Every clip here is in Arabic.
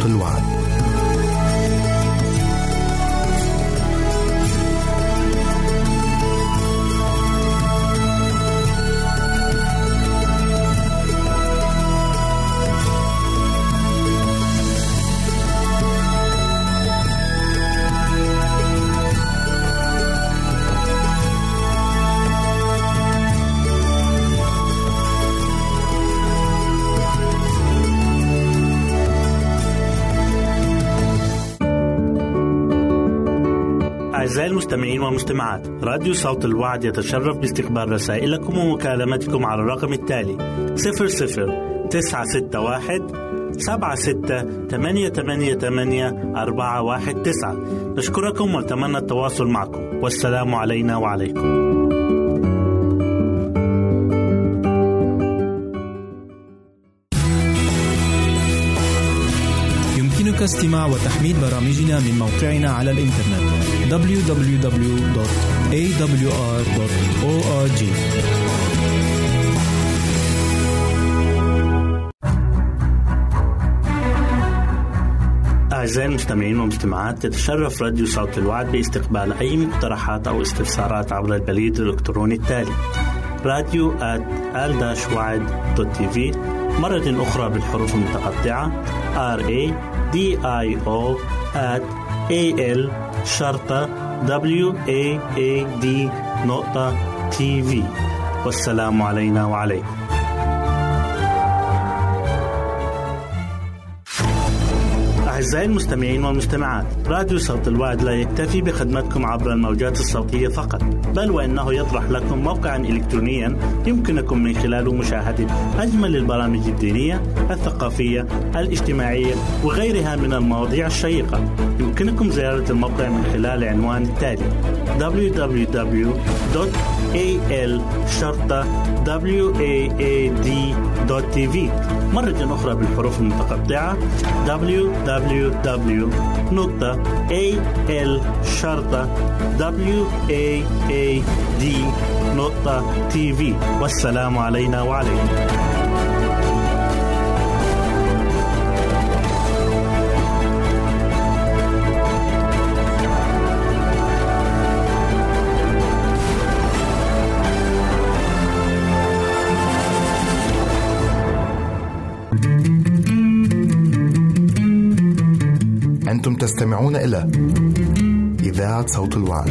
الوعد. أعزائي المستمعين والمستمعات، راديو صوت الوعد يتشرف باستقبال رسائلكم ومكالمتكم على الرقم التالي 00-961-76-88-419. نشكركم ونتمنى التواصل معكم، والسلام علينا وعليكم. يمكنك استماع وتحميل برامجنا من موقعنا على الإنترنت www.awr.org. أعزائي المستمعين والمستمعات، تتشرف راديو صوت الوعد باستقبال أي مقترحات أو استفسارات عبر البريد الإلكتروني التالي radio@al-wad.tv، مرة أخرى بالحروف المتقطعة radio@al-wad.tv. والسلام علينا وعليكم. أعزائي المستمعين والمستمعات، راديو صوت الوعد لا يكتفي بخدمتكم عبر الموجات الصوتية فقط، بل وإنه يطرح لكم موقعا إلكترونيا يمكنكم من خلاله مشاهدة أجمل البرامج الدينية، الثقافية، الاجتماعية وغيرها من المواضيع الشيقة. يمكنكم زيارة الموقع من خلال عنوان التالي www.al-wad.tv، مرة أخرى بالحروف المتقطعة www.al-wad.tv. والسلام علينا وعليكم. أنتم تستمعون إلى إذاعة صوت الوعد.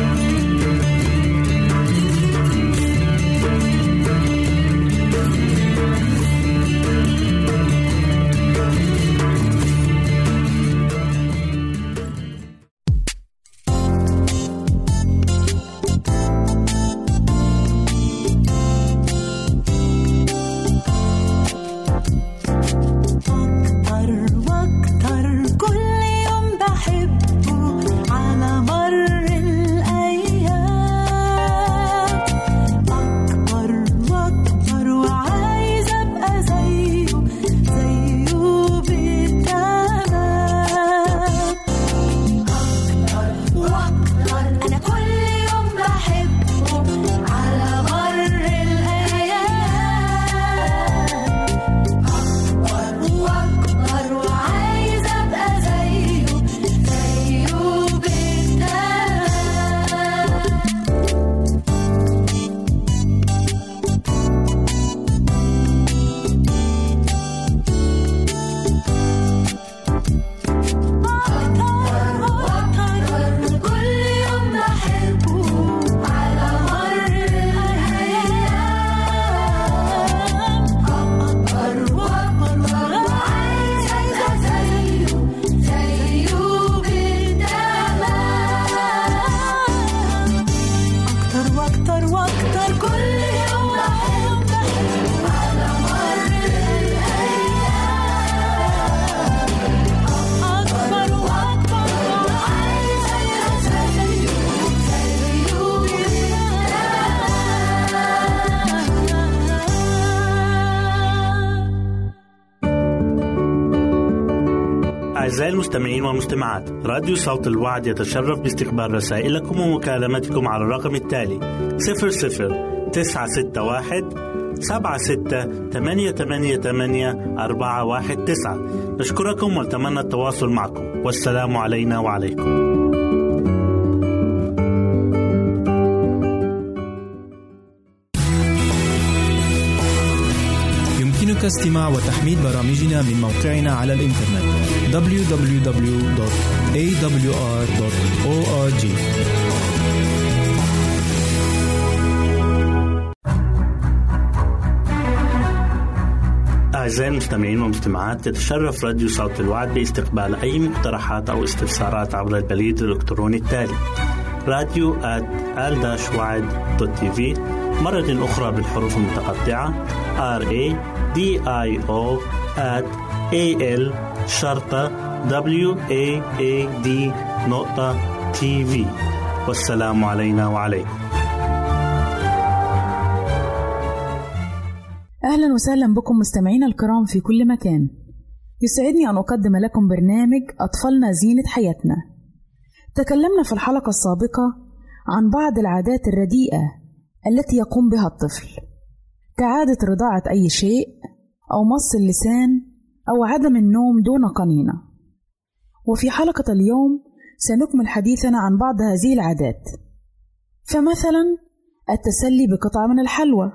أعزائي المستمعين والمستمعات، راديو صوت الوعد يتشرف باستقبال رسائلكم ومكالمتكم على الرقم التالي 00-961 76-888-419. نشكركم ونتمنى التواصل معكم، والسلام علينا وعليكم. يمكنك استماع وتحميل برامجنا من موقعنا على الإنترنت www.awr.org. أعزائي المستمعين والمستمعات، تتشرف راديو صوت الوعد باستقبال أي مقترحات أو استفسارات عبر البريد الإلكتروني التالي radio@al-wad.tv، مرة أخرى بالحروف المتقطعة radio@al-wad.tv. والسلام علينا وعليكم. أهلا وسهلا بكم مستمعين الكرام في كل مكان. يسعدني أن أقدم لكم برنامج أطفالنا زينة حياتنا. تكلمنا في الحلقة السابقة عن بعض العادات الرديئة التي يقوم بها الطفل، كعادة رضاعة أي شيء أو مص اللسان أو عدم النوم دون قنينة. وفي حلقة اليوم سنكمل حديثنا عن بعض هذه العادات، فمثلا التسلي بقطعة من الحلوى،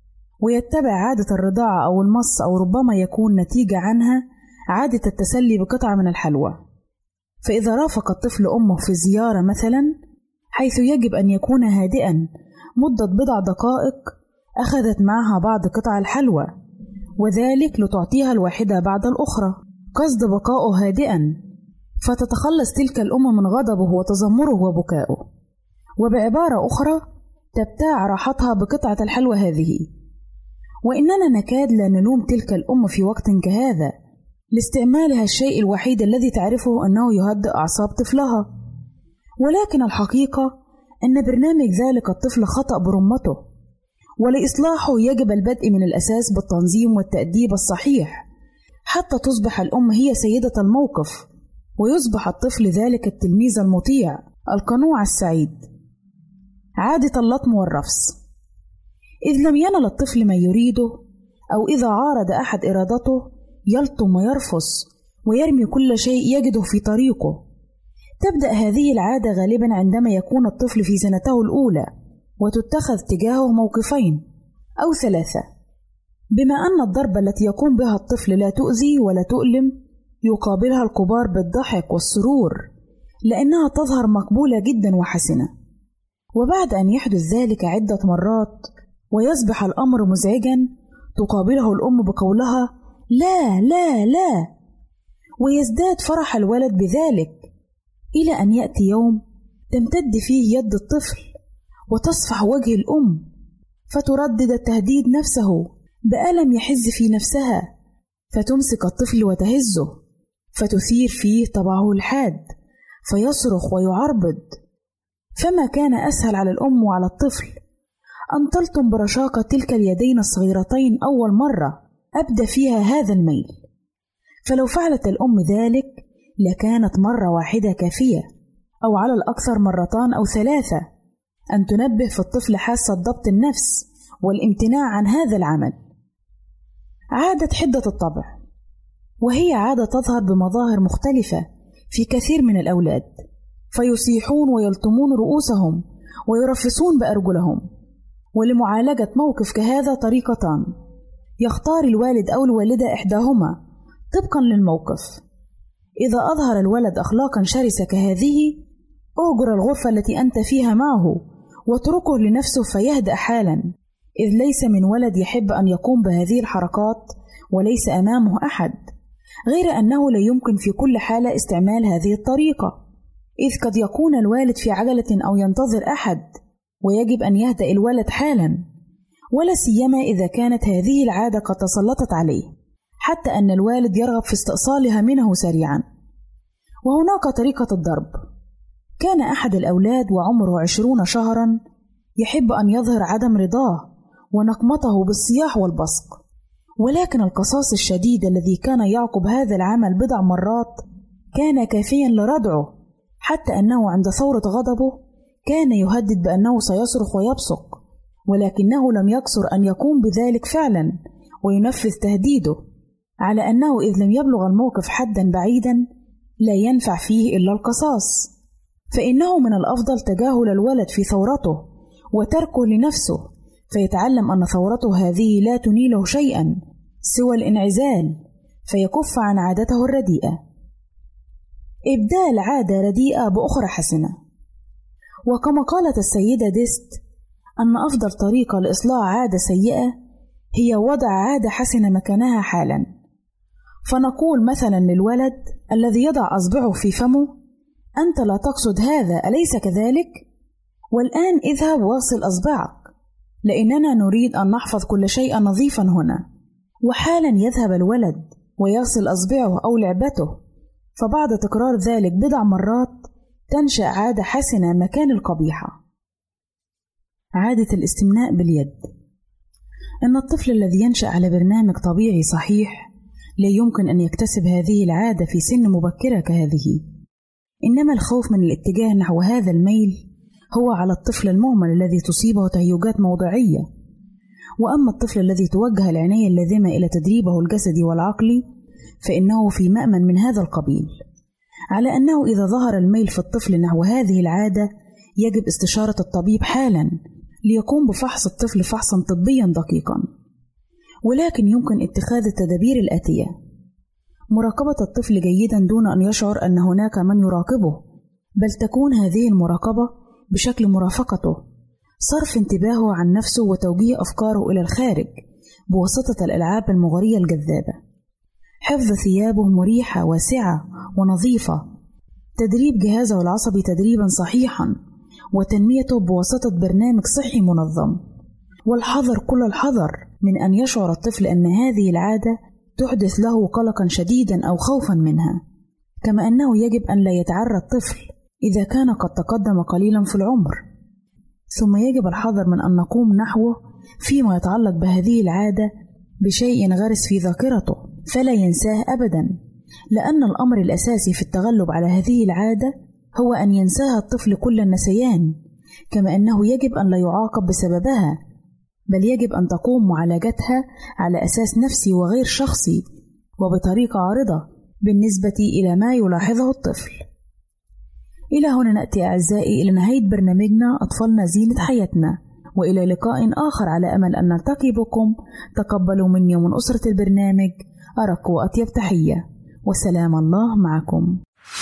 ويتبع عادة الرضاعة أو المص أو ربما يكون نتيجة عنها عادة التسلي بقطعة من الحلوى. فإذا رافق الطفل أمه في زيارة مثلا، حيث يجب أن يكون هادئا مدة بضع دقائق، أخذت معها بعض قطع الحلوى، وذلك لتعطيها الواحدة بعد الأخرى قصد بقائه هادئا، فتتخلص تلك الأم من غضبه وتذمره وبكائه، وبعبارة أخرى تبتاع راحتها بقطعة الحلوى هذه. وإننا نكاد لا نلوم تلك الأم في وقت كهذا لاستعمالها الشيء الوحيد الذي تعرفه أنه يهدئ أعصاب طفلها، ولكن الحقيقة أن برنامج ذلك الطفل خطأ برمته، ولإصلاحه يجب البدء من الأساس بالتنظيم والتأديب الصحيح حتى تصبح الأم هي سيدة الموقف، ويصبح الطفل ذلك التلميذ المطيع القنوع السعيد. عادة اللطم والرفس. إذ لم ينل الطفل ما يريده، أو إذا عارض أحد إرادته، يلطم ويرفس ويرمي كل شيء يجده في طريقه. تبدأ هذه العادة غالبا عندما يكون الطفل في سنته الأولى، وتتخذ تجاهه موقفين أو ثلاثة. بما أن الضربة التي يقوم بها الطفل لا تؤذي ولا تؤلم، يقابلها الكبار بالضحك والسرور، لأنها تظهر مقبولة جدا وحسنة. وبعد أن يحدث ذلك عدة مرات ويصبح الأمر مزعجا، تقابله الأم بقولها لا لا لا، ويزداد فرح الولد بذلك، إلى أن يأتي يوم تمتد فيه يد الطفل وتصفح وجه الأم، فتردد التهديد نفسه بألم يحز في نفسها، فتمسك الطفل وتهزه، فتثير فيه طبعه الحاد فيصرخ ويعربد. فما كان أسهل على الأم وعلى الطفل أن تلطم برشاقة تلك اليدين الصغيرتين أول مرة أبدى فيها هذا الميل. فلو فعلت الأم ذلك لكانت مرة واحدة كافية، أو على الأكثر مرتان أو ثلاثة، أن تنبه في الطفل حاسة ضبط النفس والامتناع عن هذا العمل. عادة حدة الطبع، وهي عادة تظهر بمظاهر مختلفة في كثير من الأولاد، فيصيحون ويلطمون رؤوسهم ويرفسون بأرجلهم. ولمعالجة موقف كهذا طريقتان، يختار الوالد أو الوالدة إحداهما طبقا للموقف. إذا أظهر الولد أخلاقا شرسة كهذه، أهجر الغرفة التي أنت فيها معه واتركه لنفسه فيهدأ حالا، إذ ليس من ولد يحب أن يقوم بهذه الحركات وليس أمامه أحد، غير أنه لا يمكن في كل حالة استعمال هذه الطريقة، إذ قد يكون الوالد في عجلة أو ينتظر أحد، ويجب أن يهدأ الولد حالا، ولا سيما إذا كانت هذه العادة قد تسلطت عليه، حتى أن الوالد يرغب في استئصالها منه سريعا. وهناك طريقة الضرب. كان أحد الأولاد وعمره 20 شهرا يحب أن يظهر عدم رضاه ونقمته بالصياح والبصق، ولكن القصاص الشديد الذي كان يعقب هذا العمل بضع مرات كان كافيا لردعه، حتى أنه عند ثورة غضبه كان يهدد بأنه سيصرخ ويبصق، ولكنه لم يقصر أن يقوم بذلك فعلا وينفذ تهديده، على أنه إذ لم يبلغ الموقف حدا بعيدا لا ينفع فيه إلا القصاص، فإنه من الأفضل تجاهل الولد في ثورته وتركه لنفسه، فيتعلم أن ثورته هذه لا تنيله شيئا سوى الانعزال، فيكف عن عادته الرديئة. إبدال عادة رديئة بأخرى حسنة. وكما قالت السيدة ديست أن أفضل طريقة لإصلاح عادة سيئة هي وضع عادة حسنة مكانها حالا، فنقول مثلا للولد الذي يضع أصبعه في فمه: أنت لا تقصد هذا، أليس كذلك؟ والآن اذهب واغسل أصبعك، لأننا نريد أن نحفظ كل شيء نظيفا هنا. وحالا يذهب الولد ويغسل أصبعه أو لعبته، فبعد تكرار ذلك بضع مرات تنشأ عادة حسنة مكان القبيحة. عادة الاستمناء باليد. إن الطفل الذي ينشأ على برنامج طبيعي صحيح لا يمكن أن يكتسب هذه العادة في سن مبكرة كهذه، إنما الخوف من الاتجاه نحو هذا الميل هو على الطفل المهمل الذي تصيبه تهيجات موضعية. وأما الطفل الذي توجه العناية اللازمة إلى تدريبه الجسدي والعقلي فإنه في مأمن من هذا القبيل، على أنه إذا ظهر الميل في الطفل نحو هذه العادة يجب استشارة الطبيب حالا ليقوم بفحص الطفل فحصا طبيا دقيقا. ولكن يمكن اتخاذ التدابير الآتية: مراقبة الطفل جيدا دون أن يشعر أن هناك من يراقبه، بل تكون هذه المراقبة بشكل مرافقته، صرف انتباهه عن نفسه وتوجيه أفكاره إلى الخارج بواسطة الألعاب المغرية الجذابة، حفظ ثيابه مريحة واسعة ونظيفة، تدريب جهازه العصبي تدريبا صحيحا، وتنميته بواسطة برنامج صحي منظم. والحذر كل الحذر من أن يشعر الطفل أن هذه العادة تحدث له قلقا شديدا أو خوفا منها، كما أنه يجب أن لا يتعرى الطفل إذا كان قد تقدم قليلا في العمر. ثم يجب الحذر من أن نقوم نحوه فيما يتعلق بهذه العادة بشيء غرس في ذاكرته فلا ينساه أبدا، لأن الأمر الأساسي في التغلب على هذه العادة هو أن ينساها الطفل كل النسيان، كما أنه يجب أن لا يعاقب بسببها، بل يجب أن تقوم معالجتها على أساس نفسي وغير شخصي وبطريقة عارضة بالنسبة إلى ما يلاحظه الطفل. إلى هنا نأتي أعزائي إلى نهاية برنامجنا أطفالنا زينة حياتنا، وإلى لقاء آخر على أمل أن نلتقي بكم. تقبلوا مني ومن أسرة البرنامج أرق وأطيب تحية، وسلام الله معكم.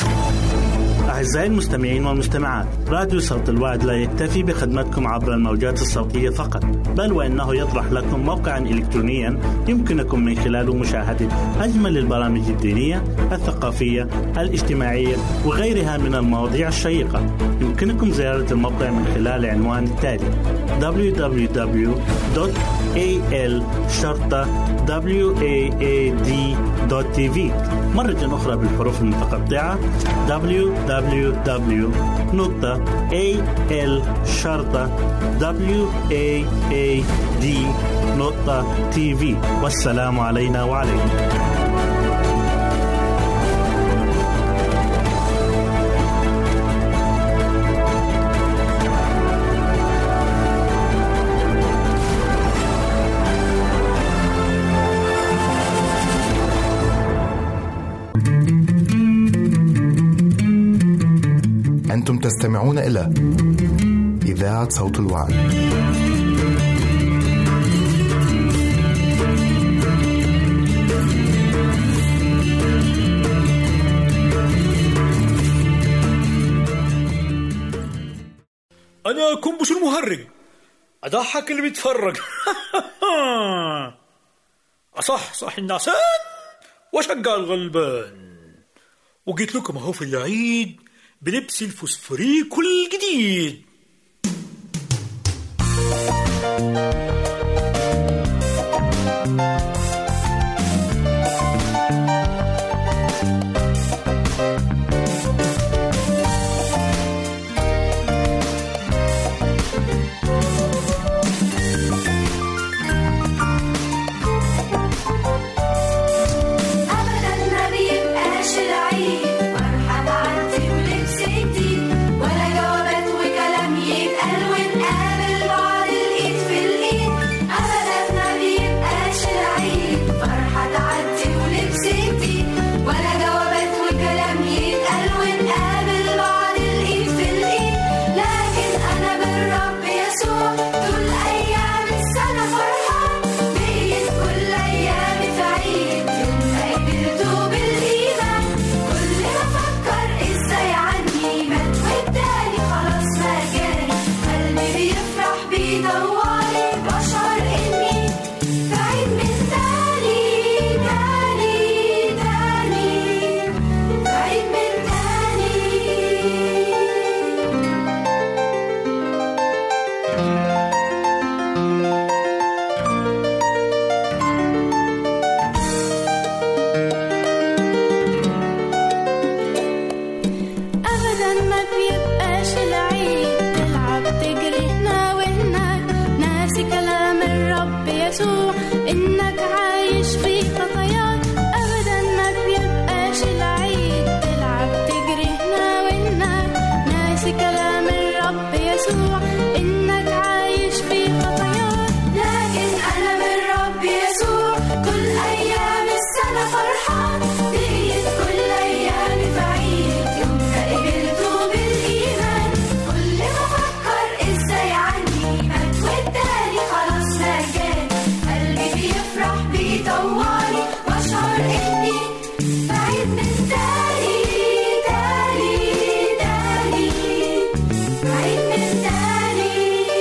أعزائي المستمعين والمستمعات، راديو صوت الوعد لا يكتفي بخدمتكم عبر الموجات الصوتية فقط، بل وإنه يطرح لكم موقعا إلكترونيا يمكنكم من خلاله مشاهدة أجمل البرامج الدينية، الثقافية، الاجتماعية وغيرها من المواضيع الشيقة. يمكنكم زيارة الموقع من خلال العنوان التالي: www.al-waad.tv. مرة أخرى بالحروف المتقطعة: www.al-waad.tv. والسلام علينا وعليكم. أنتم تستمعون إلى إذاعة صوت الوعد. أنا كنبش المهرج، أضحك اللي بيتفرج. أصح النعسان وشجع الغلبان. وجيت لكم أهو في العيد بلبس الفوسفوريك الجديد. ولا جوابات وكلام يسوع إنك عايش في خطاياك أبدا ما بيبقاش العيد تلعب تجري هنا وهناك ناسي كلام الرب يسوع إنك عايش في خطاياك. لكن أنا بالرب يسوع كل أيام السنة فرحان بقيت كل أيامي في عيد يوم ما قبلته بالإيمان كل ما أفكر إزاي عني مات والتاني خلاص مجاني قلبي بيفرح بيطوعني وأشعر إني بعيد من تاني بعيد من تاني.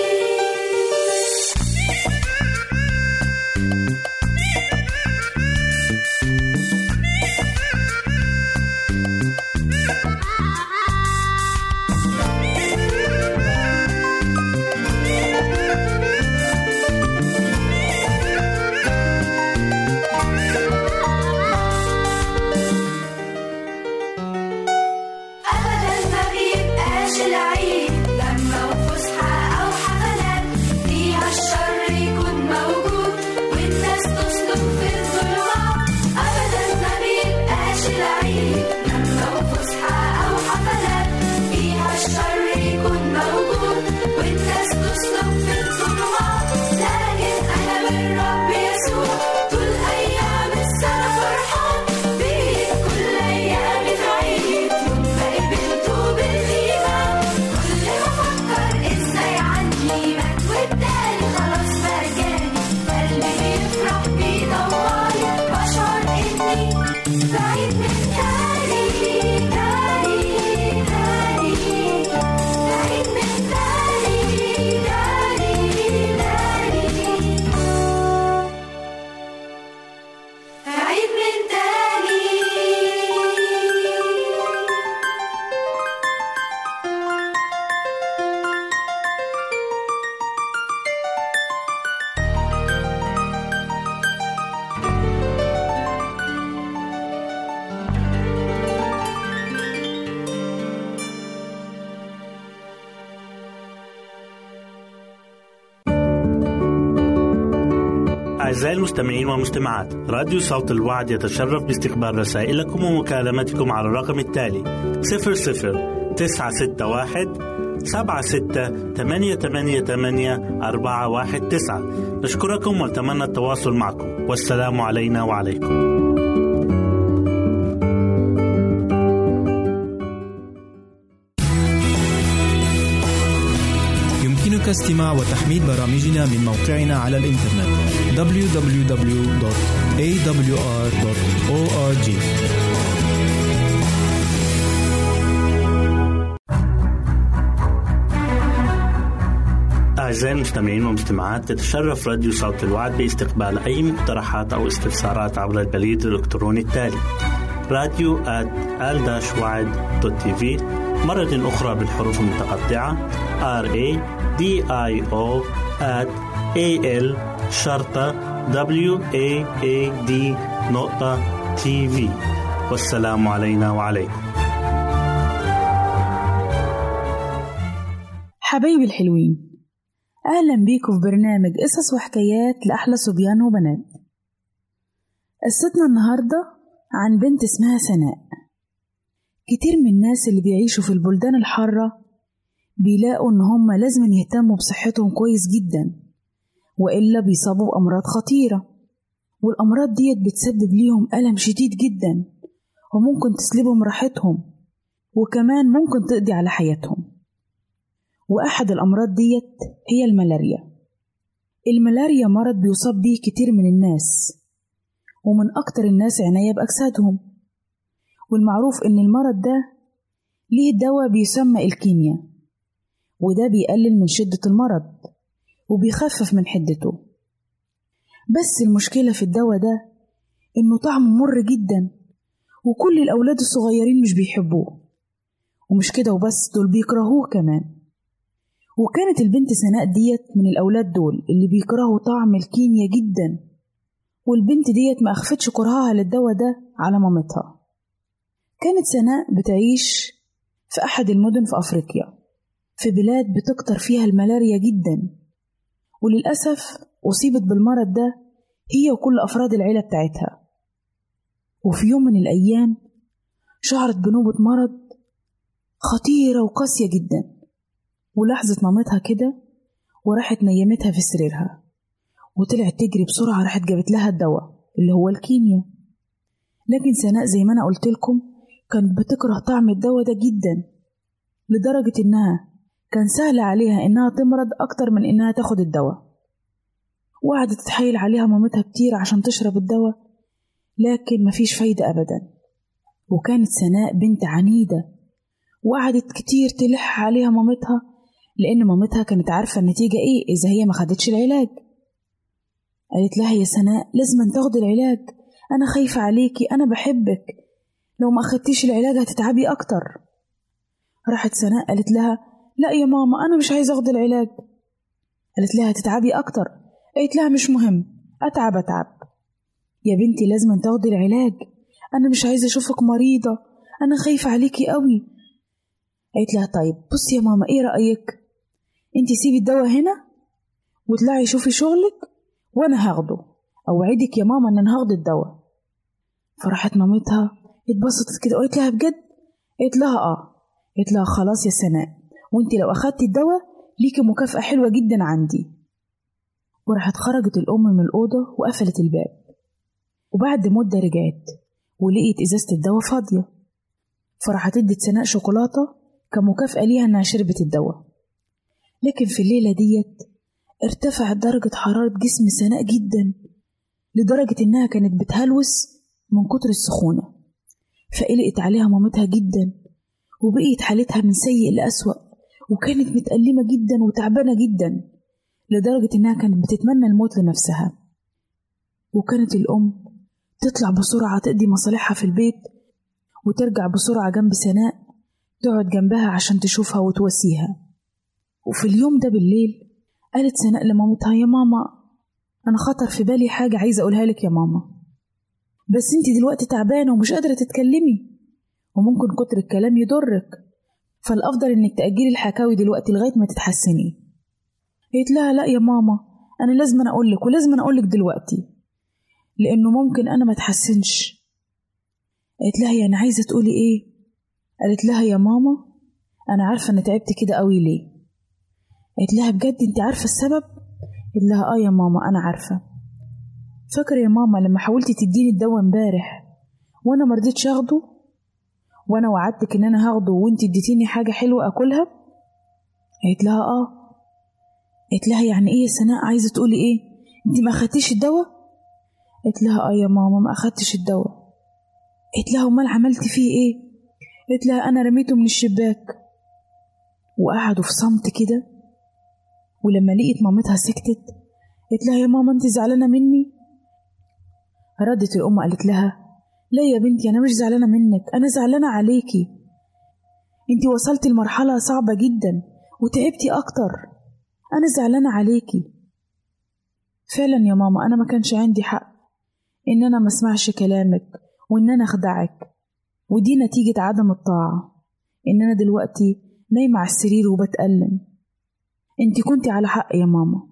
أبداً ما بيبقاش العيد لما وفسحة أو حفلات فيها الشر يكون موجود والناس تسلك في الظلمات. أبداً ما بيبقاش العيد لما وفسحة أو حفلات فيها الشر يكون موجود والناس تسلك في الظلمات. لكن أنا بالرب يسوع طول أيام السنة فرحان بقيت كل أيامي في عيد يوم ما قبلته بالإيمان كل ما أفكر إزاي عني مات والتاني خلاص مجاني قلبي بيفرح بيطوعني وأشعر إني بعيد من تاني بعيد من تاني بعيد من تاني. أعزائي المستمعين والمستمعات، راديو صوت الوعد يتشرف باستقبال رسائلكم ومكالمتكم على الرقم التالي 00961 76888419. نشكركم ونتمنى التواصل معكم، والسلام علينا وعليكم. يمكنك استماع وتحميل برامجنا من موقعنا على الإنترنت www.awr.org. أعزائي المستمعين والمستمعات، تتشرف راديو صوت الوعد باستقبال أي مقترحات أو استفسارات عبر البريد الإلكتروني التالي radio@al-wad.tv، مرة أخرى بالحروف المتقطعة radio@al-wad.tv. والسلام علينا وعليكم. حبايبي الحلوين، أهلا بيكم في برنامج قصص وحكايات لأحلى صبيان وبنات. قصتنا النهاردة عن بنت اسمها سناء. كتير من الناس اللي بيعيشوا في البلدان الحارة بيلاقوا إن هم لازم يهتموا بصحتهم كويس جدا، وإلا بيصابوا بأمراض خطيرة، والأمراض ديت بتسبب ليهم ألم شديد جدا، وممكن تسلبهم راحتهم، وكمان ممكن تقضي على حياتهم. وأحد الأمراض ديت هي الملاريا. الملاريا مرض بيصاب به كتير من الناس، ومن أكتر الناس عناية بأجسادهم. والمعروف إن المرض ده ليه دواء بيسمى الكينيا، وده بيقلل من شدة المرض وبيخفف من حدته. بس المشكلة في الدواء ده إنه طعمه مر جدا، وكل الأولاد الصغيرين مش بيحبوه، ومش كده وبس، دول بيكرهوه كمان. وكانت البنت سناء ديت من الأولاد دول اللي بيكرهوا طعم الكينيا جدا. والبنت ديت ما أخفتش كرهها للدواء ده على مامتها. كانت سناء بتعيش في أحد المدن في أفريقيا، في بلاد بتكتر فيها الملاريا جدا، وللأسف أصيبت بالمرض ده هي وكل أفراد العيلة بتاعتها. وفي يوم من الأيام شعرت بنوبة مرض خطيرة وقاسية جدا، ولاحظت مامتها كده وراحت نيمتها في سريرها، وطلعت تجري بسرعة راحت جابت لها الدواء اللي هو الكيمياء. لكن سناء زي ما أنا قلت لكم كانت بتكره طعم الدواء ده جدا، لدرجة إنها كان سهل عليها إنها تمرض أكتر من إنها تاخد الدواء. وقعدت تتحايل عليها مامتها كتير عشان تشرب الدواء، لكن مفيش فايدة أبدا. وكانت سناء بنت عنيدة، وقعدت كتير تلح عليها مامتها، لأن مامتها كانت عارفة النتيجة إيه إذا هي ما خدتش العلاج. قالت لها يا سناء لازم تاخد العلاج، أنا خايفة عليكي، أنا بحبك، لو ما أخدتيش العلاج هتتعبي أكتر. راحت سناء قالت لها لا يا ماما أنا مش عايزة أخد العلاج. قالت لها هتتعبي أكتر. قالت لها مش مهم، أتعب يا بنتي لازم تاخدي العلاج، أنا مش عايزة أشوفك مريضة، أنا خايفة عليكي قوي. قالت لها طيب بصي يا ماما إيه رأيك، أنتي سيبي الدواء هنا وطلعي شوفي شغلك وأنا هاخده، أوعدك يا ماما إن أنا هاخد الدواء. فراحت مامتها اتبسطت كده وقالت لها بجد؟ قالت لها قالت لها خلاص يا سناء، وانتي لو أخدتي الدواء ليكي مكافأة حلوة جدا عندي. وراحت خرجت الأم من الأوضة وقفلت الباب، وبعد مدة رجعت ولقيت إزازة الدواء فاضية، فراحت ادت سناء شوكولاتة كمكافأة ليها إنها شربت الدواء. لكن في الليلة ديت ارتفعت درجة حرارة جسم سناء جدا، لدرجة إنها كانت بتهلوس من كتر السخونة. فقلقت عليها مامتها جدا، وبقيت حالتها من سيء لأسوأ، وكانت متألمة جدا وتعبانة جدا، لدرجة إنها كانت بتتمنى الموت لنفسها. وكانت الأم تطلع بسرعة تقضي مصالحها في البيت، وترجع بسرعة جنب سناء تقعد جنبها عشان تشوفها وتواسيها. وفي اليوم ده بالليل قالت سناء لمامتها يا ماما أنا خطر في بالي حاجة عايزة أقولها لك يا ماما، بس انتي دلوقتي تعبانة ومش قادرة تتكلمي، وممكن كتر الكلام يضرك، فالأفضل إنك تأجلي الحكاوي دلوقتي لغاية ما تتحسني. قالت لها لا يا ماما أنا لازم أقولك، ولازم أقولك دلوقتي لأنه ممكن أنا ما تحسنش. قالت لها يعني عايزة تقولي إيه؟ قالت لها يا ماما أنا عارفة أن تعبت كده قوي ليه. قالت لها بجد أنت عارفة السبب؟ قالت لها يا ماما أنا عارفة. فاكرة يا ماما لما حاولتي تديني الدواء امبارح وأنا مرضيتش أخده، وأنا وعدتك إن أنا هاخده وأنت اديتيني حاجة حلوة أكلها؟ قالت لها قالت لها يعني إيه يا سناء عايزة تقولي إيه؟ أنت ما أخدتيش الدواء؟ قالت لها يا ماما ما أخدتش الدواء. قالت لها أمال عملتي فيه إيه؟ قالت لها أنا رميته من الشباك. وقعدوا في صمت كده، ولما لقيت مامتها سكتت قالت لها يا ماما أنت زعلانة مني؟ ردت الأم قالت لها لا يا بنتي أنا مش زعلانة منك، أنا زعلانة عليكي، أنت وصلتي لمرحلة صعبة جدا وتعبتي أكتر، أنا زعلانة عليكي. فعلا يا ماما أنا ما كانش عندي حق إن أنا ما اسمعش كلامك وإن أنا أخدعك، ودي نتيجة عدم الطاعة، إن أنا دلوقتي نايمة على السرير وبتألم. أنت كنتي على حق يا ماما.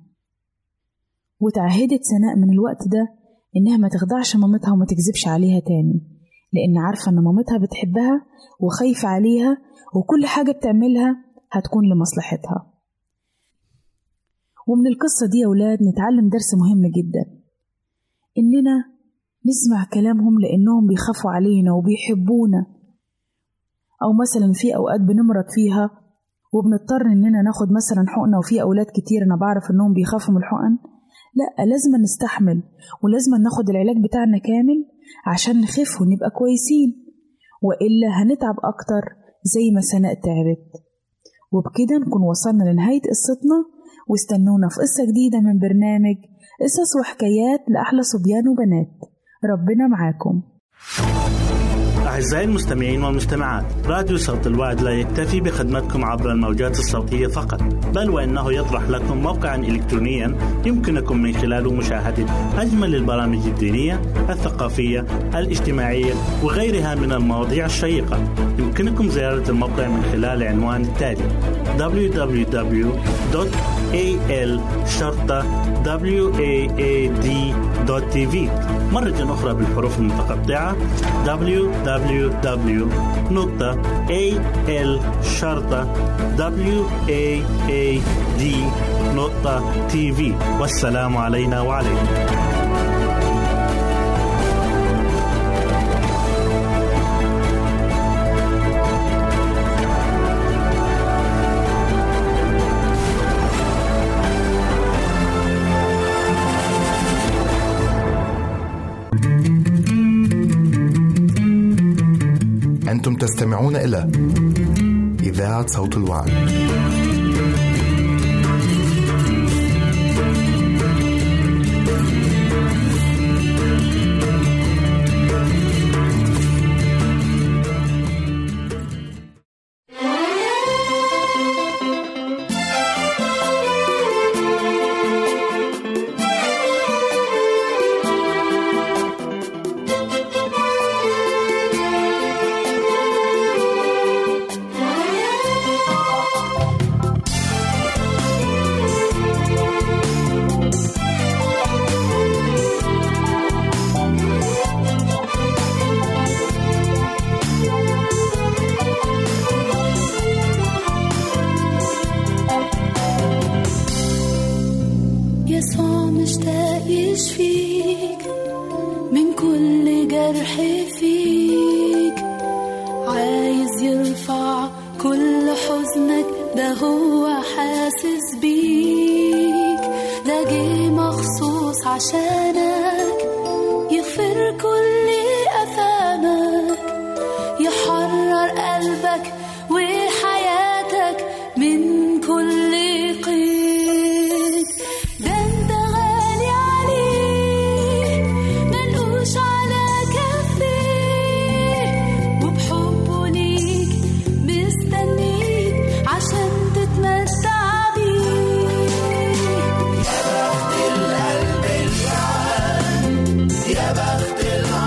وتعهدت سناء من الوقت ده إنها ما تخدعش مامتها وما تكذبش عليها تاني، لأن عارفة إن مامتها بتحبها وخايفة عليها، وكل حاجة بتعملها هتكون لمصلحتها. ومن القصة دي يا أولاد نتعلم درس مهم جدا، إننا نسمع كلامهم لأنهم بيخافوا علينا وبيحبونا، أو مثلا في أوقات بنمرض فيها وبنضطر إننا ناخد مثلا حقنة، وفي أولاد كتير أنا بعرف إنهم بيخافوا من الحقن. لا، لازم نستحمل ولازم ناخد العلاج بتاعنا كامل عشان نخف ونبقى كويسين، وإلا هنتعب أكتر زي ما سناء تعبت. وبكده نكون وصلنا لنهاية قصتنا، واستنونا في قصة جديدة من برنامج قصص وحكايات لأحلى صبيان وبنات. ربنا معاكم. أعزائي المستمعين والمستمعات، راديو صوت الوعد لا يكتفي بخدمتكم عبر الموجات الصوتية فقط، بل وإنه يطرح لكم موقعا إلكترونيا يمكنكم من خلاله مشاهدة أجمل البرامج الدينية، الثقافية، الاجتماعية وغيرها من المواضيع الشيقة. يمكنكم زيارة الموقع من خلال عنوان التالي www.awr.org. al@waad.tv. مرة أخرى بالحروف المتقطعة www.al@waad.tv. والسلام علينا وعليكم. أنتم تستمعون إلى إذاعة صوت الوعد. يسوع مشتاق يشفيك من كل جرح فيك، عايز يرفع كل حزنك، ده هو حاسس بيك، ده جه مخصوص عشانك يغفر كل أثامك، يحرر قلبك وحياتك من كل قيد. ده انت غالي عليه منقوش على كفيه، وبحبه ليك مستنيك عشان تتمتع بيه. يا بخت القلب الجعان، يا بخت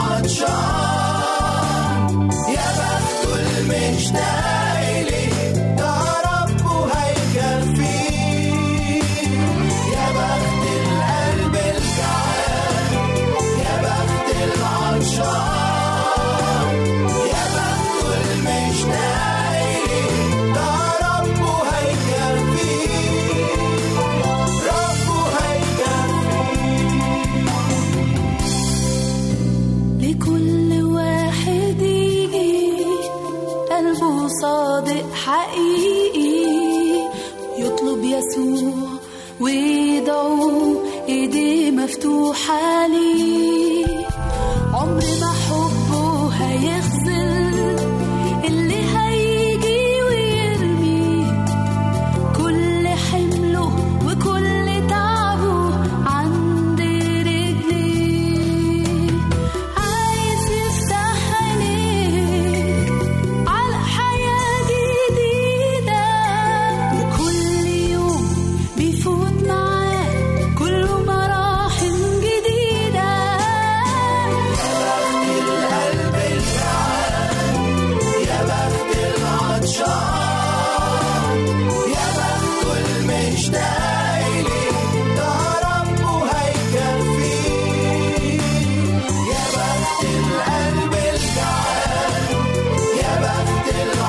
العطشان، يا بخت المشتاق إليه، ده ربه هيكفيه. يا بخت القلب الجعان، يا بخت العطشان، يا بخت المشتاق إليه، ده ربه هيكفيه، ربه هيكفيه. لكل واحد يجي قلبه صادق حقيقي، يطلب يسوع ويدعوه، ايديه مفتوحة ليه. عمر ما حبه هيخذل اللي هيجي ويرمي كل حمله وكل تعبه عند رجليه. عايز يفتح عينيك على حياة جديدة، وكل يوم بيفوت معاه كل مراحل جديدة. يا بخت القلب الجعان، يا بخت العطشان، يا بخت المشتاق إليه، ده ربه هيكفيه. يا بخت القلب الجعان، يا بخت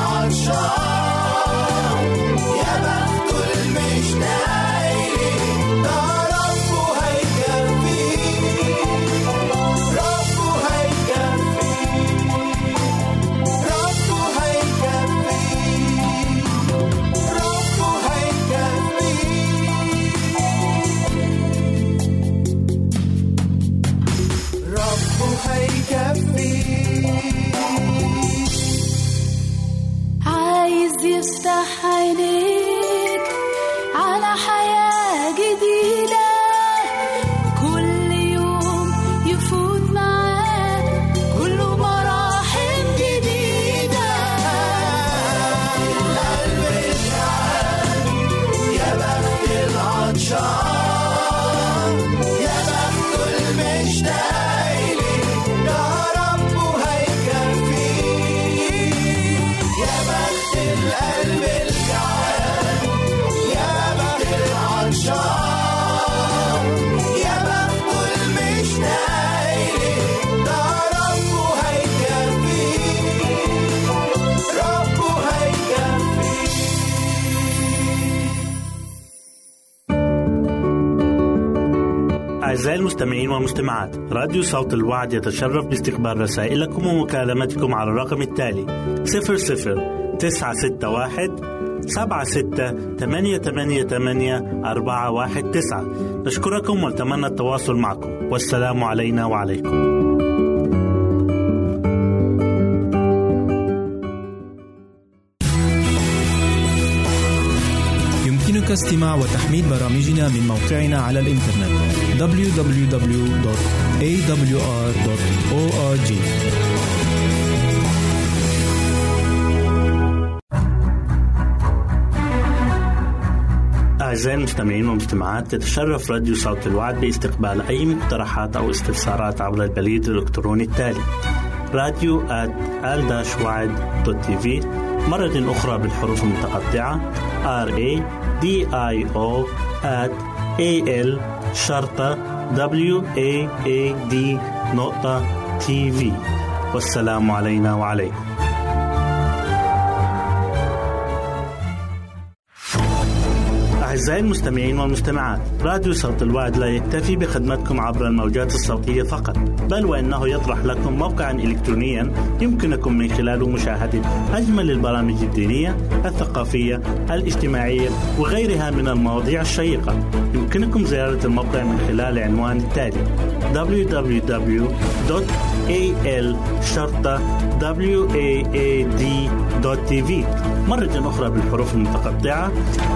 العطشان، يا بخت المشتاق إليه، ده ربه هيكفيه، ربه هيكفيه، ربه هيكفيه، ربه هيكفيه، ربه هيكفيه. عايز يفتح عينيك على حياة جديدة، كل يوم يفوت معاك كل مراحل جديدة. القلب الجعان، يا بخت العطشان، يا بخت المشتاق إليه، ده ربه هيكفيه. يا بخت القلب الجعان، يا بخت العطشان، أعزائي المستمعين والمستمعات، راديو صوت الوعد يتشرف باستقبال رسائلكم ومكالمتكم على الرقم التالي 00-961-76-88-419. نشكركم ونتمنى التواصل معكم، والسلام علينا وعليكم. يمكنك استماع وتحميل برامجنا من موقعنا على الإنترنت www.awr.org. أعزائي المستمعين والمستمعات، تتشرف راديو صوت الوعد باستقبال أي مقترحات أو استفسارات عبر البريد الإلكتروني التالي radio@al-wad.tv، مرة أخرى بالحروف المتقطعة radio@al-wad.tv. والسلام علينا وعليكم. أعزائي المستمعين والمستمعات، راديو صوت الوعد لا يكتفي بخدمتكم عبر الموجات الصوتية فقط، بل وإنه يطرح لكم موقعا إلكترونيا يمكنكم من خلاله مشاهدة أجمل البرامج الدينية، الثقافية، الاجتماعية وغيرها من المواضيع الشيقة. يمكنكم زيارة الموقع من خلال عنوان التالي www.al-wad.tv، مرة أخرى بالحروف المتقطعة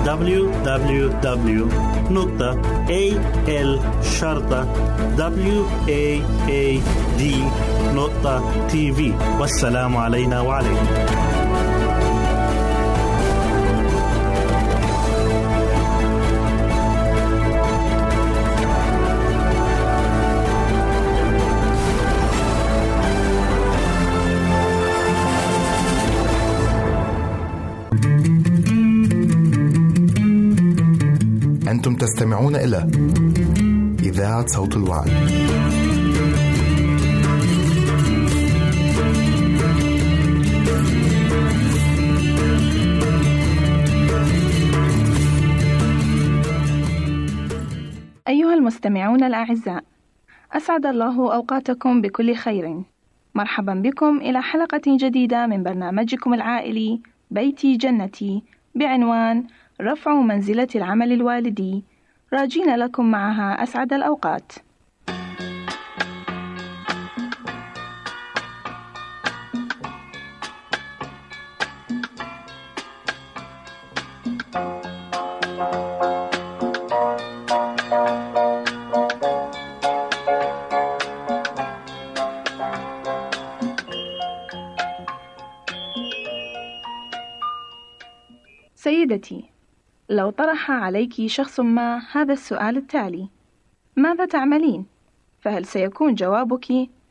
www.al-wad.tv. والسلام علينا وعليكم. أنتم تستمعون إلى إذاعة صوت الوعد. أيها المستمعون الأعزاء، أسعد الله أوقاتكم بكل خير. مرحبا بكم إلى حلقة جديدة من برنامجكم العائلي بيتي جنتي، بعنوان رفع منزلة العمل الوالدي، راجين لكم معها أسعد الأوقات. سيدتي، لو طرح عليك شخص ما هذا السؤال التالي: ماذا تعملين؟ فهل سيكون جوابك: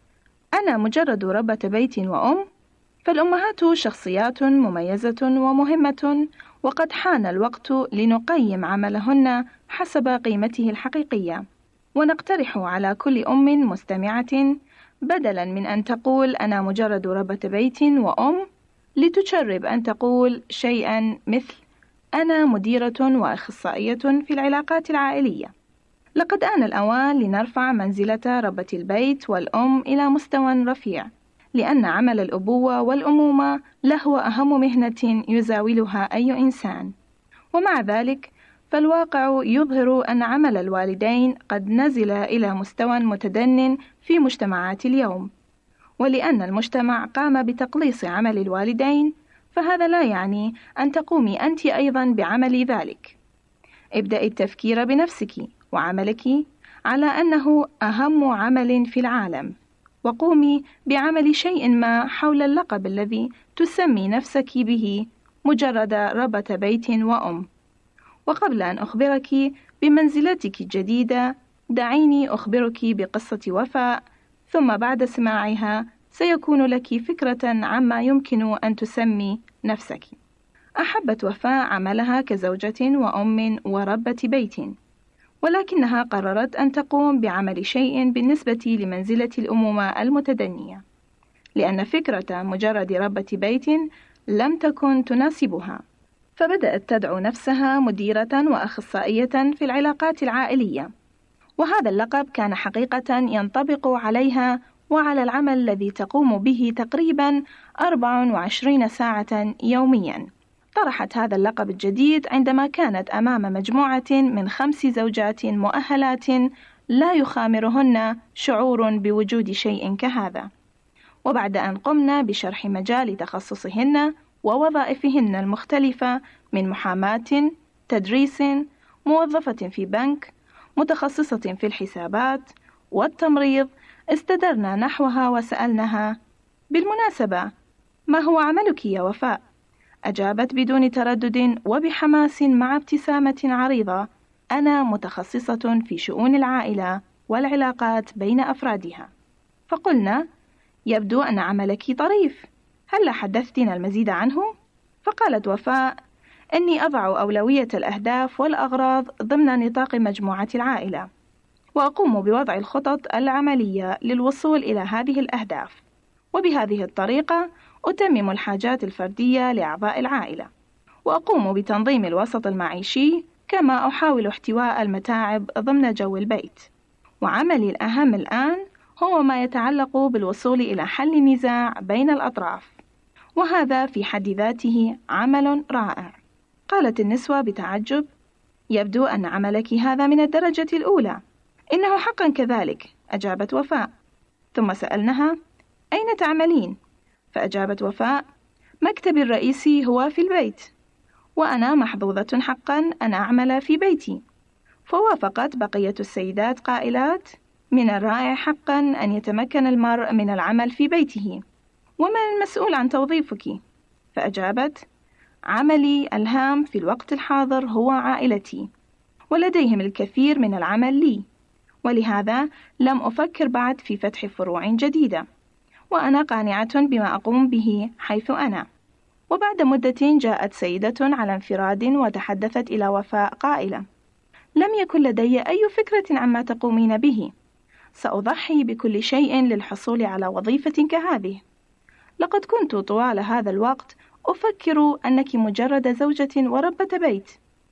أنا مجرد ربة بيت وأم؟ فالأمهات شخصيات مميزة ومهمة، وقد حان الوقت لنقيم عملهن حسب قيمته الحقيقية. ونقترح على كل أم مستمعة، بدلا من أن تقول أنا مجرد ربة بيت وأم، لتجرب أن تقول شيئا مثل أنا مديرة وأخصائية في العلاقات العائلية. لقد آن الأوان لنرفع منزلة ربة البيت والأم إلى مستوى رفيع، لأن عمل الأبوة والأمومة لهو أهم مهنة يزاولها أي إنسان. ومع ذلك فالواقع يظهر أن عمل الوالدين قد نزل إلى مستوى متدن في مجتمعات اليوم. ولأن المجتمع قام بتقليص عمل الوالدين، فهذا لا يعني أن تقومي أنت أيضا بعمل ذلك. ابدأي التفكير بنفسك وعملك على أنه أهم عمل في العالم، وقومي بعمل شيء ما حول اللقب الذي تسمي نفسك به، مجرد ربة بيت وأم. وقبل أن أخبرك بمنزلتك الجديدة، دعيني أخبرك بقصة وفاء، ثم بعد سماعها سيكون لك فكرة عما يمكن أن تسمي نفسك. أحبت وفاء عملها كزوجة وأم وربة بيت، ولكنها قررت أن تقوم بعمل شيء بالنسبة لمنزلة الأمومة المتدنية، لأن فكرة مجرد ربة بيت لم تكن تناسبها، فبدأت تدعو نفسها مديرة وأخصائية في العلاقات العائلية. وهذا اللقب كان حقيقة ينطبق عليها وعلى العمل الذي تقوم به تقريبا 24 ساعة يوميا. طرحت هذا اللقب الجديد عندما كانت أمام مجموعة من 5 زوجات مؤهلات لا يخامرهن شعور بوجود شيء كهذا، وبعد أن قمنا بشرح مجال تخصصهن ووظائفهن المختلفة من محاماة، تدريس، موظفة في بنك، متخصصة في الحسابات والتمريض، استدرنا نحوها وسألناها: بالمناسبة ما هو عملك يا وفاء؟ أجابت بدون تردد وبحماس مع ابتسامة عريضة: أنا متخصصة في شؤون العائلة والعلاقات بين أفرادها. فقلنا: يبدو أن عملك طريف، هل حدثتنا المزيد عنه؟ فقالت وفاء: إني أضع أولوية الأهداف والأغراض ضمن نطاق مجموعة العائلة، وأقوم بوضع الخطط العملية للوصول إلى هذه الأهداف، وبهذه الطريقة أتمم الحاجات الفردية لأعضاء العائلة، وأقوم بتنظيم الوسط المعيشي، كما أحاول احتواء المتاعب ضمن جو البيت. وعملي الأهم الآن هو ما يتعلق بالوصول إلى حل النزاع بين الأطراف، وهذا في حد ذاته عمل رائع. قالت النسوة بتعجب: يبدو أن عملك هذا من الدرجة الأولى. إنه حقا كذلك، أجابت وفاء. ثم سألناها: أين تعملين؟ فأجابت وفاء: مكتبي الرئيسي هو في البيت، وأنا محظوظة حقا أن أعمل في بيتي. فوافقت بقية السيدات قائلات: من الرائع حقا أن يتمكن المرء من العمل في بيته، ومن المسؤول عن توظيفك؟ فأجابت: عملي الهام في الوقت الحاضر هو عائلتي، ولديهم الكثير من العمل لي، ولهذا لم أفكر بعد في فتح فروع جديدة، وأنا قانعة بما أقوم به حيث أنا. وبعد مدة جاءت سيدة على انفراد وتحدثت إلى وفاء قائلة: لم يكن لدي أي فكرة عما تقومين به، سأضحي بكل شيء للحصول على وظيفة كهذه. لقد كنت طوال هذا الوقت أفكر أنك مجرد زوجة وربة بيت.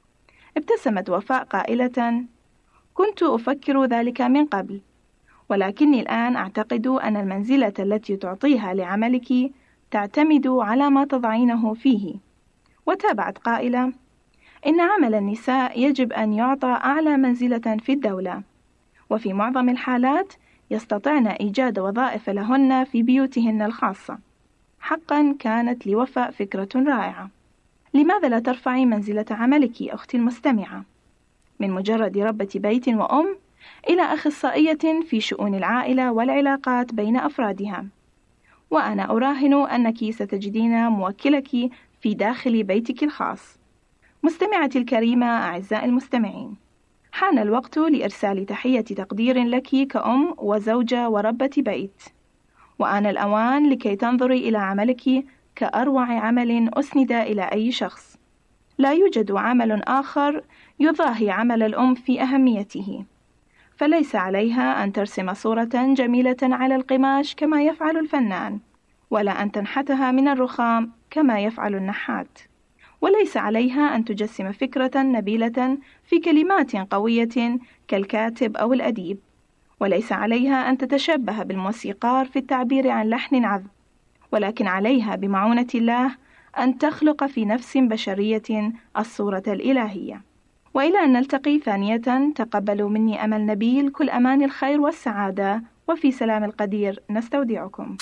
ابتسمت وفاء قائلة: كنت أفكر ذلك من قبل، ولكني الآن أعتقد أن المنزلة التي تعطيها لعملك تعتمد على ما تضعينه فيه. وتابعت قائلة: إن عمل النساء يجب أن يعطى أعلى منزلة في الدولة، وفي معظم الحالات يستطعن إيجاد وظائف لهن في بيوتهن الخاصة. حقا كانت لوفاء فكرة رائعة. لماذا لا ترفعي منزلة عملك أختي المستمعة، من مجرد ربة بيت وأم إلى أخصائية في شؤون العائلة والعلاقات بين أفرادها؟ وأنا أراهن أنك ستجدين موكلك في داخل بيتك الخاص. مستمعتي الكريمة، أعزائي المستمعين، حان الوقت لإرسال تحية تقدير لك كأم وزوجة وربة بيت، وآن الأوان لكي تنظري إلى عملك كأروع عمل أسند إلى أي شخص. لا يوجد عمل آخر يضاهي عمل الأم في أهميته، فليس عليها أن ترسم صورة جميلة على القماش كما يفعل الفنان، ولا أن تنحتها من الرخام كما يفعل النحات، وليس عليها أن تجسم فكرة نبيلة في كلمات قوية كالكاتب أو الأديب، وليس عليها أن تتشبه بالموسيقار في التعبير عن لحن عذب، ولكن عليها بمعونة الله أن تخلق في نفس بشرية الصورة الإلهية. وإلى أن نلتقي ثانية، تقبلوا مني أمل نبيل كل أمان الخير والسعادة، وفي سلام القدير نستودعكم.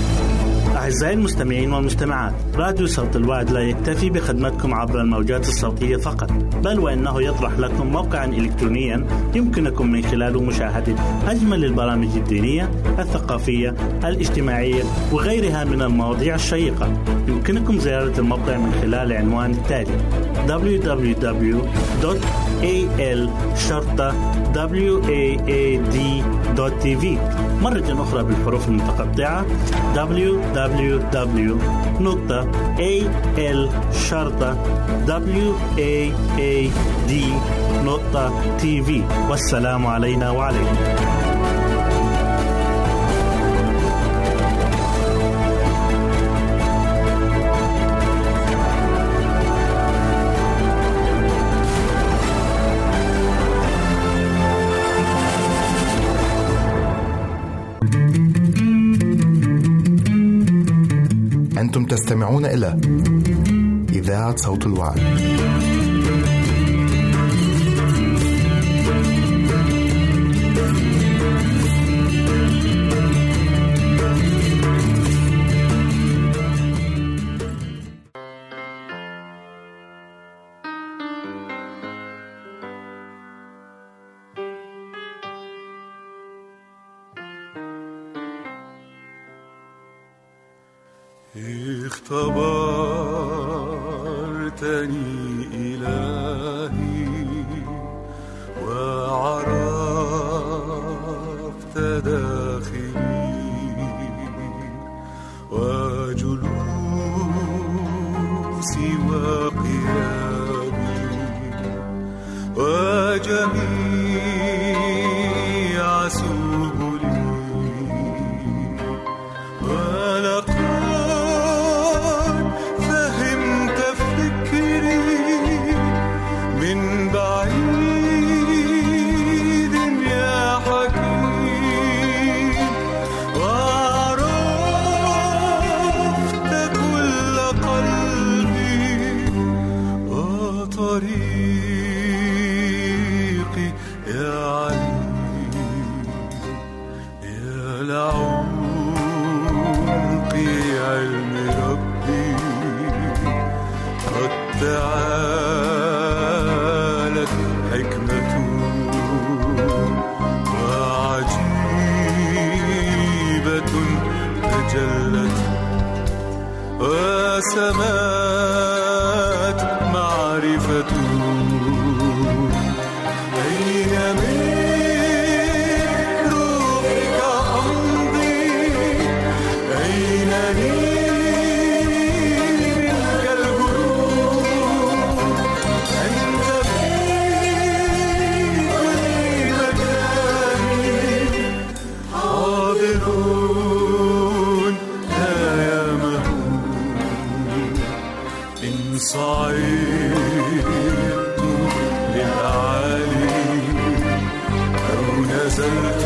أعزائي المستمعين والمستمعات، راديو صوت الوعد لا يكتفي بخدمتكم عبر الموجات الصوتية فقط، بل وإنه يطرح لكم موقعا إلكترونيا يمكنكم من خلاله مشاهدة أجمل البرامج الدينية، الثقافية، الاجتماعية وغيرها من المواضيع الشيقة. يمكنكم زيارة الموقع من خلال العنوان التالي: www.al-waad.tv. مرة أخرى بالحروف المتقطعة: www.al-waad.tv. والسلام علينا وعليكم. أنتم تستمعون إلى إذاعة صوت الوعد. اختبرتني إلهي وعرفت داخلي وجلوسي وقيامي وجميع سبلي تعالت حكمته وعجيبة تجلت وسمات معرفته. أين من روحك أمضي؟ أين لي صعدت للأعالي أو نزلت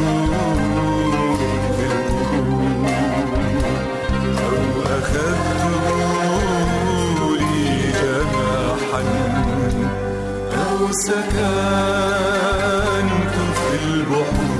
في القبور أو أخذت لي جناحا أو سكنت في البحور.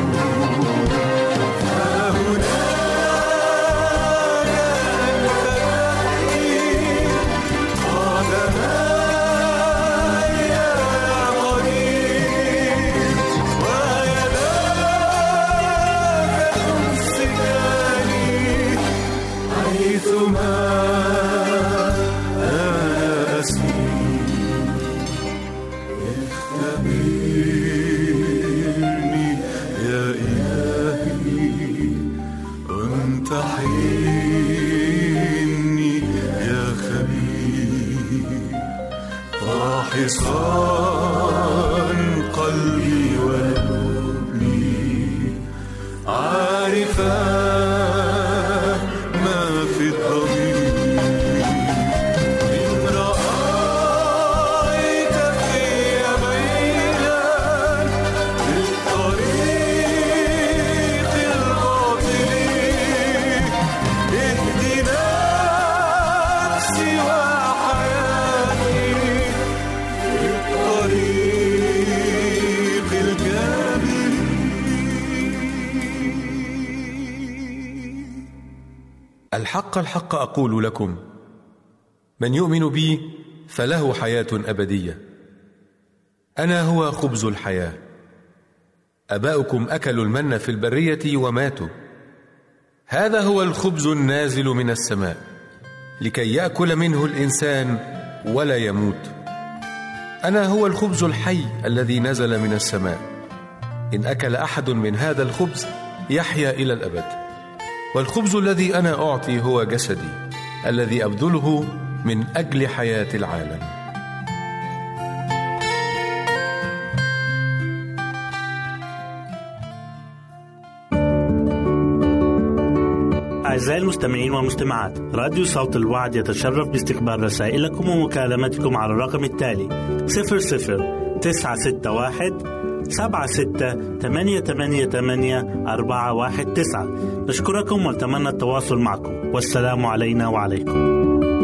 حصان قلبي ولبني عارفا ما في الضمير. إن رأيت في ميلا للطريق الباطل اهدي نفسي وحياتي طريق الكامل. الحق الحق أقول لكم، من يؤمن بي فله حياة أبدية. أنا هو خبز الحياة. آباؤكم أكلوا المن في البرية وماتوا. هذا هو الخبز النازل من السماء لكي يأكل منه الإنسان ولا يموت. أنا هو الخبز الحي الذي نزل من السماء. إن أكل أحد من هذا الخبز يحيا إلى الأبد. والخبز الذي أنا أعطي هو جسدي الذي أبذله من أجل حياة العالم. أعزائي المستمعين والمستمعات، راديو صوت الوعد يتشرف باستقبال رسائلكم ومكالمتكم على الرقم التالي 00 961 76-888-419. نشكركم ونتمنى التواصل معكم، والسلام علينا وعليكم.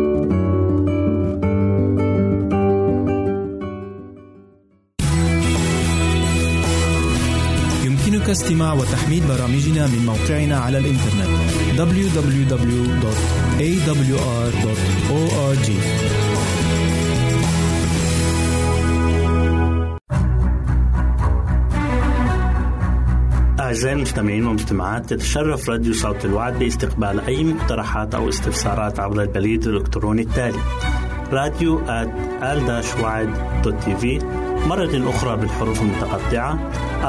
يمكنك استماع وتحميل برامجنا من موقعنا على الإنترنت www.awr.org. أعزائي المستمعين والمستمعات، تتشرف راديو صوت الوعد باستقبال أي مقترحات أو استفسارات عبر البريد الإلكتروني التالي radio@al-wad.tv، مرة أخرى بالحروف المتقطعة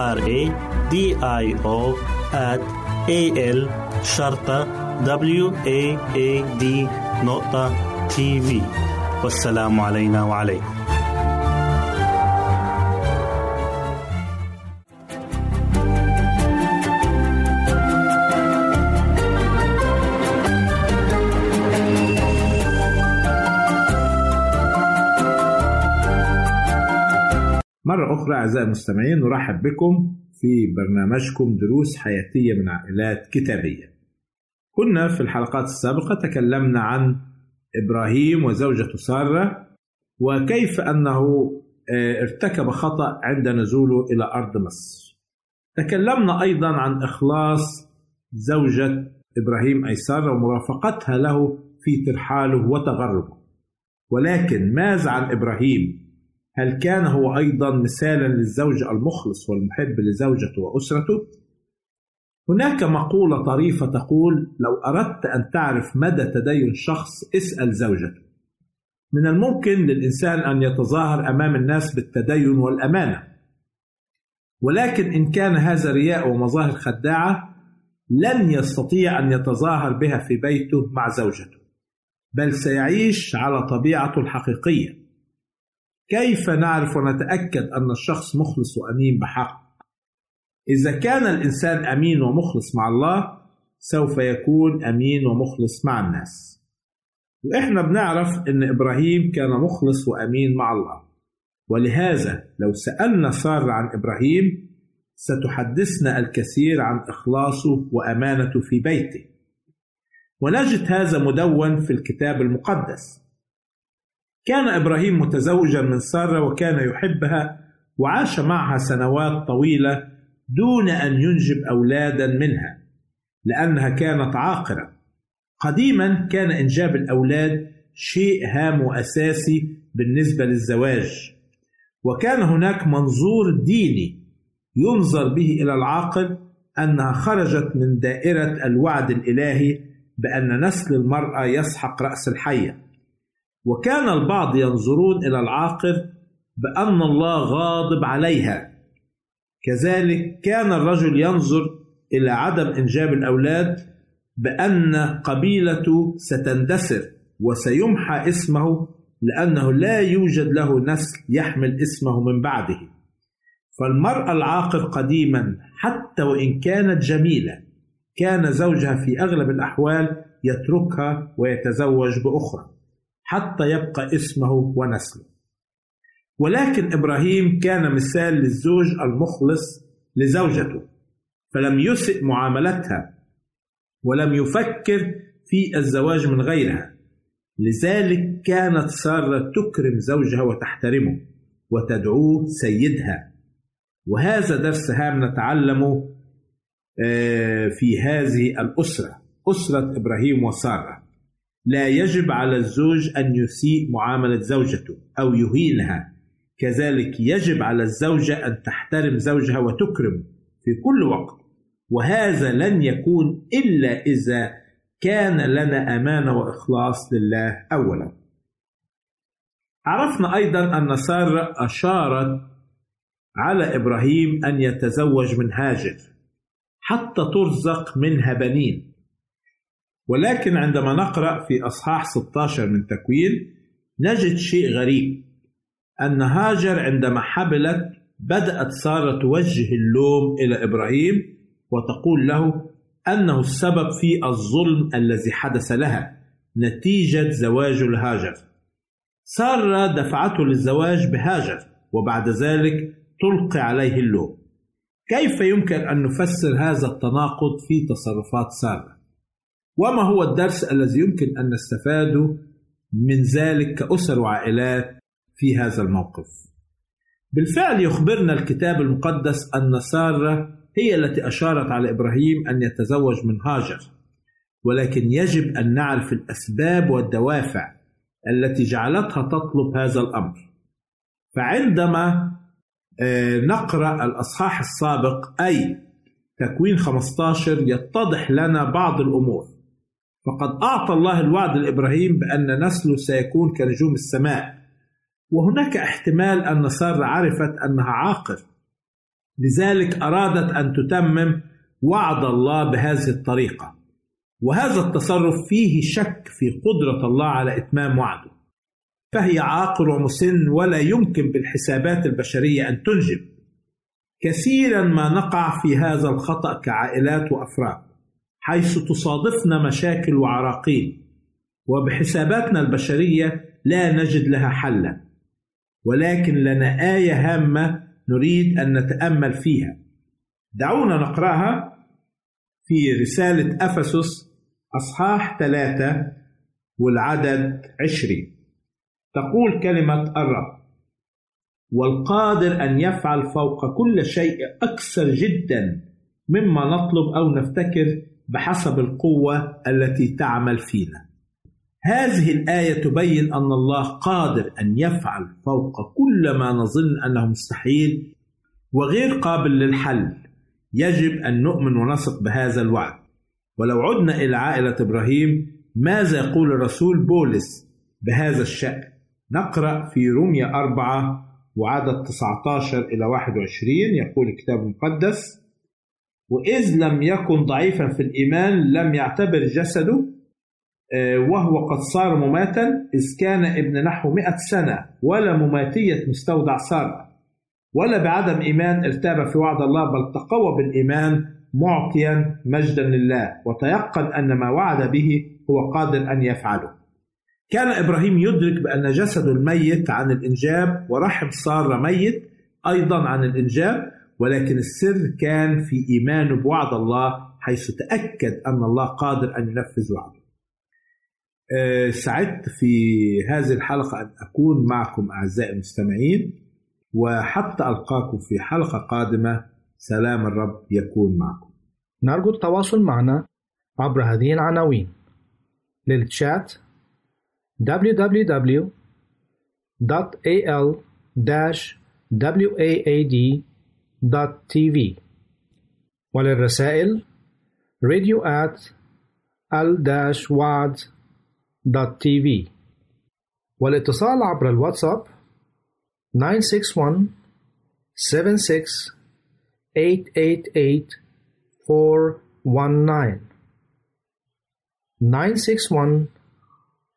radio@al-wad.tv. والسلام علينا وعليكم. مرة أخرى أعزائي المستمعين، نرحب بكم في برنامجكم دروس حياتية من عائلات كتابية. كنا في الحلقات السابقة تكلمنا عن إبراهيم وزوجته سارة، وكيف أنه ارتكب خطأ عند نزوله إلى أرض مصر. تكلمنا أيضا عن إخلاص زوجة إبراهيم أي سارة ومرافقتها له في ترحاله وتغربه. ولكن ماذا عن إبراهيم؟ هل كان هو أيضا مثالا للزوج المخلص والمحب لزوجته وأسرته؟ هناك مقولة طريفة تقول: لو أردت أن تعرف مدى تدين شخص اسأل زوجته. من الممكن للإنسان أن يتظاهر أمام الناس بالتدين والأمانة، ولكن إن كان هذا رياء ومظاهر خداعة لن يستطيع أن يتظاهر بها في بيته مع زوجته، بل سيعيش على طبيعته الحقيقية. كيف نعرف ونتأكد أن الشخص مخلص وأمين بحق؟ إذا كان الإنسان أمين ومخلص مع الله سوف يكون أمين ومخلص مع الناس. وإحنا بنعرف أن إبراهيم كان مخلص وأمين مع الله، ولهذا لو سألنا سارة عن إبراهيم ستحدثنا الكثير عن إخلاصه وأمانته في بيته، ونجد هذا مدون في الكتاب المقدس. كان إبراهيم متزوجا من سارة وكان يحبها وعاش معها سنوات طويلة دون أن ينجب أولادا منها لأنها كانت عاقرة. قديما كان إنجاب الأولاد شيء هام وأساسي بالنسبة للزواج، وكان هناك منظور ديني ينظر به إلى العاقل أنها خرجت من دائرة الوعد الإلهي بأن نسل المرأة يسحق رأس الحية. وكان البعض ينظرون إلى العاقر بأن الله غاضب عليها، كذلك كان الرجل ينظر إلى عدم إنجاب الأولاد بأن قبيلته ستندثر وسيمحى اسمه لأنه لا يوجد له نسل يحمل اسمه من بعده. فالمرأة العاقر قديما حتى وإن كانت جميلة كان زوجها في أغلب الأحوال يتركها ويتزوج بأخرى حتى يبقى اسمه ونسله. ولكن إبراهيم كان مثال للزوج المخلص لزوجته، فلم يسئ معاملتها ولم يفكر في الزواج من غيرها. لذلك كانت سارة تكرم زوجها وتحترمه وتدعوه سيدها. وهذا درس هام نتعلمه في هذه الأسرة، أسرة إبراهيم وسارة. لا يجب على الزوج أن يسيء معاملة زوجته أو يهينها، كذلك يجب على الزوجة أن تحترم زوجها وتكرمه في كل وقت، وهذا لن يكون إلا إذا كان لنا أمانة وإخلاص لله أولا. عرفنا أيضا أن سارة أشارت على إبراهيم أن يتزوج من هاجر حتى ترزق منها بنين. ولكن عندما نقرأ في أصحاح 16 من تكوين نجد شيء غريب، أن هاجر عندما حبلت بدأت سارة توجه اللوم إلى إبراهيم وتقول له أنه السبب في الظلم الذي حدث لها نتيجة زواجه لهاجر. سارة دفعته للزواج بهاجر وبعد ذلك تلقي عليه اللوم. كيف يمكن أن نفسر هذا التناقض في تصرفات سارة؟ وما هو الدرس الذي يمكن أن نستفاده من ذلك كأسر وعائلات في هذا الموقف؟ بالفعل يخبرنا الكتاب المقدس أن سارة هي التي أشارت على إبراهيم أن يتزوج من هاجر، ولكن يجب أن نعرف الأسباب والدوافع التي جعلتها تطلب هذا الأمر. فعندما نقرأ الأصحاح السابق أي تكوين 15 يتضح لنا بعض الأمور. فقد أعطى الله الوعد لإبراهيم بأن نسله سيكون كنجوم السماء، وهناك احتمال أن سارة عرفت أنها عاقر، لذلك أرادت أن تتمم وعد الله بهذه الطريقة، وهذا التصرف فيه شك في قدرة الله على إتمام وعده. فهي عاقر ومسن ولا يمكن بالحسابات البشرية أن تنجب. كثيرا ما نقع في هذا الخطأ كعائلات وأفراد، حيث تصادفنا مشاكل وعراقيل وبحساباتنا البشرية لا نجد لها حلا، ولكن لنا آية هامة نريد أن نتأمل فيها. دعونا نقرأها في رسالة أفسس أصحاح 3 والعدد 20. تقول كلمة الرب: والقادر أن يفعل فوق كل شيء أكثر جدا مما نطلب أو نفتكر بحسب القوة التي تعمل فينا. هذه الآية تبين أن الله قادر أن يفعل فوق كل ما نظن أنه مستحيل وغير قابل للحل. يجب أن نؤمن ونثق بهذا الوعد. ولو عدنا إلى عائلة إبراهيم، ماذا يقول الرسول بولس بهذا الشأن؟ نقرأ في رومية 4 وعدد 19 إلى 21. يقول الكتاب المقدس: وإذ لم يكن ضعيفا في الإيمان لم يعتبر جسده وهو قد صار مماتا، إذ كان ابن نحو 100 سنة، ولا مماتية مستودع سارة، ولا بعدم إيمان ارتاب في وعد الله، بل تقوى بالإيمان معطيا مجدا لله، وتيقن أن ما وعد به هو قادر أن يفعله. كان إبراهيم يدرك بأن جسده الميت عن الإنجاب ورحم سارة ميت أيضا عن الإنجاب، ولكن السر كان في إيمانه بوعد الله، حيث تأكد أن الله قادر أن ينفذ وعده. سعدت في هذه الحلقة أن أكون معكم أعزائي المستمعين، وحتى ألقاكم في حلقة قادمة، سلام الرب يكون معكم. نرجو التواصل معنا عبر هذه العناوين: للتشات www.al-waad.tv، وللرسائل radio@al-waad.tv، والاتصال عبر الواتساب 961-76-888-419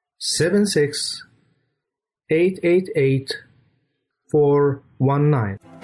961-76-888-419.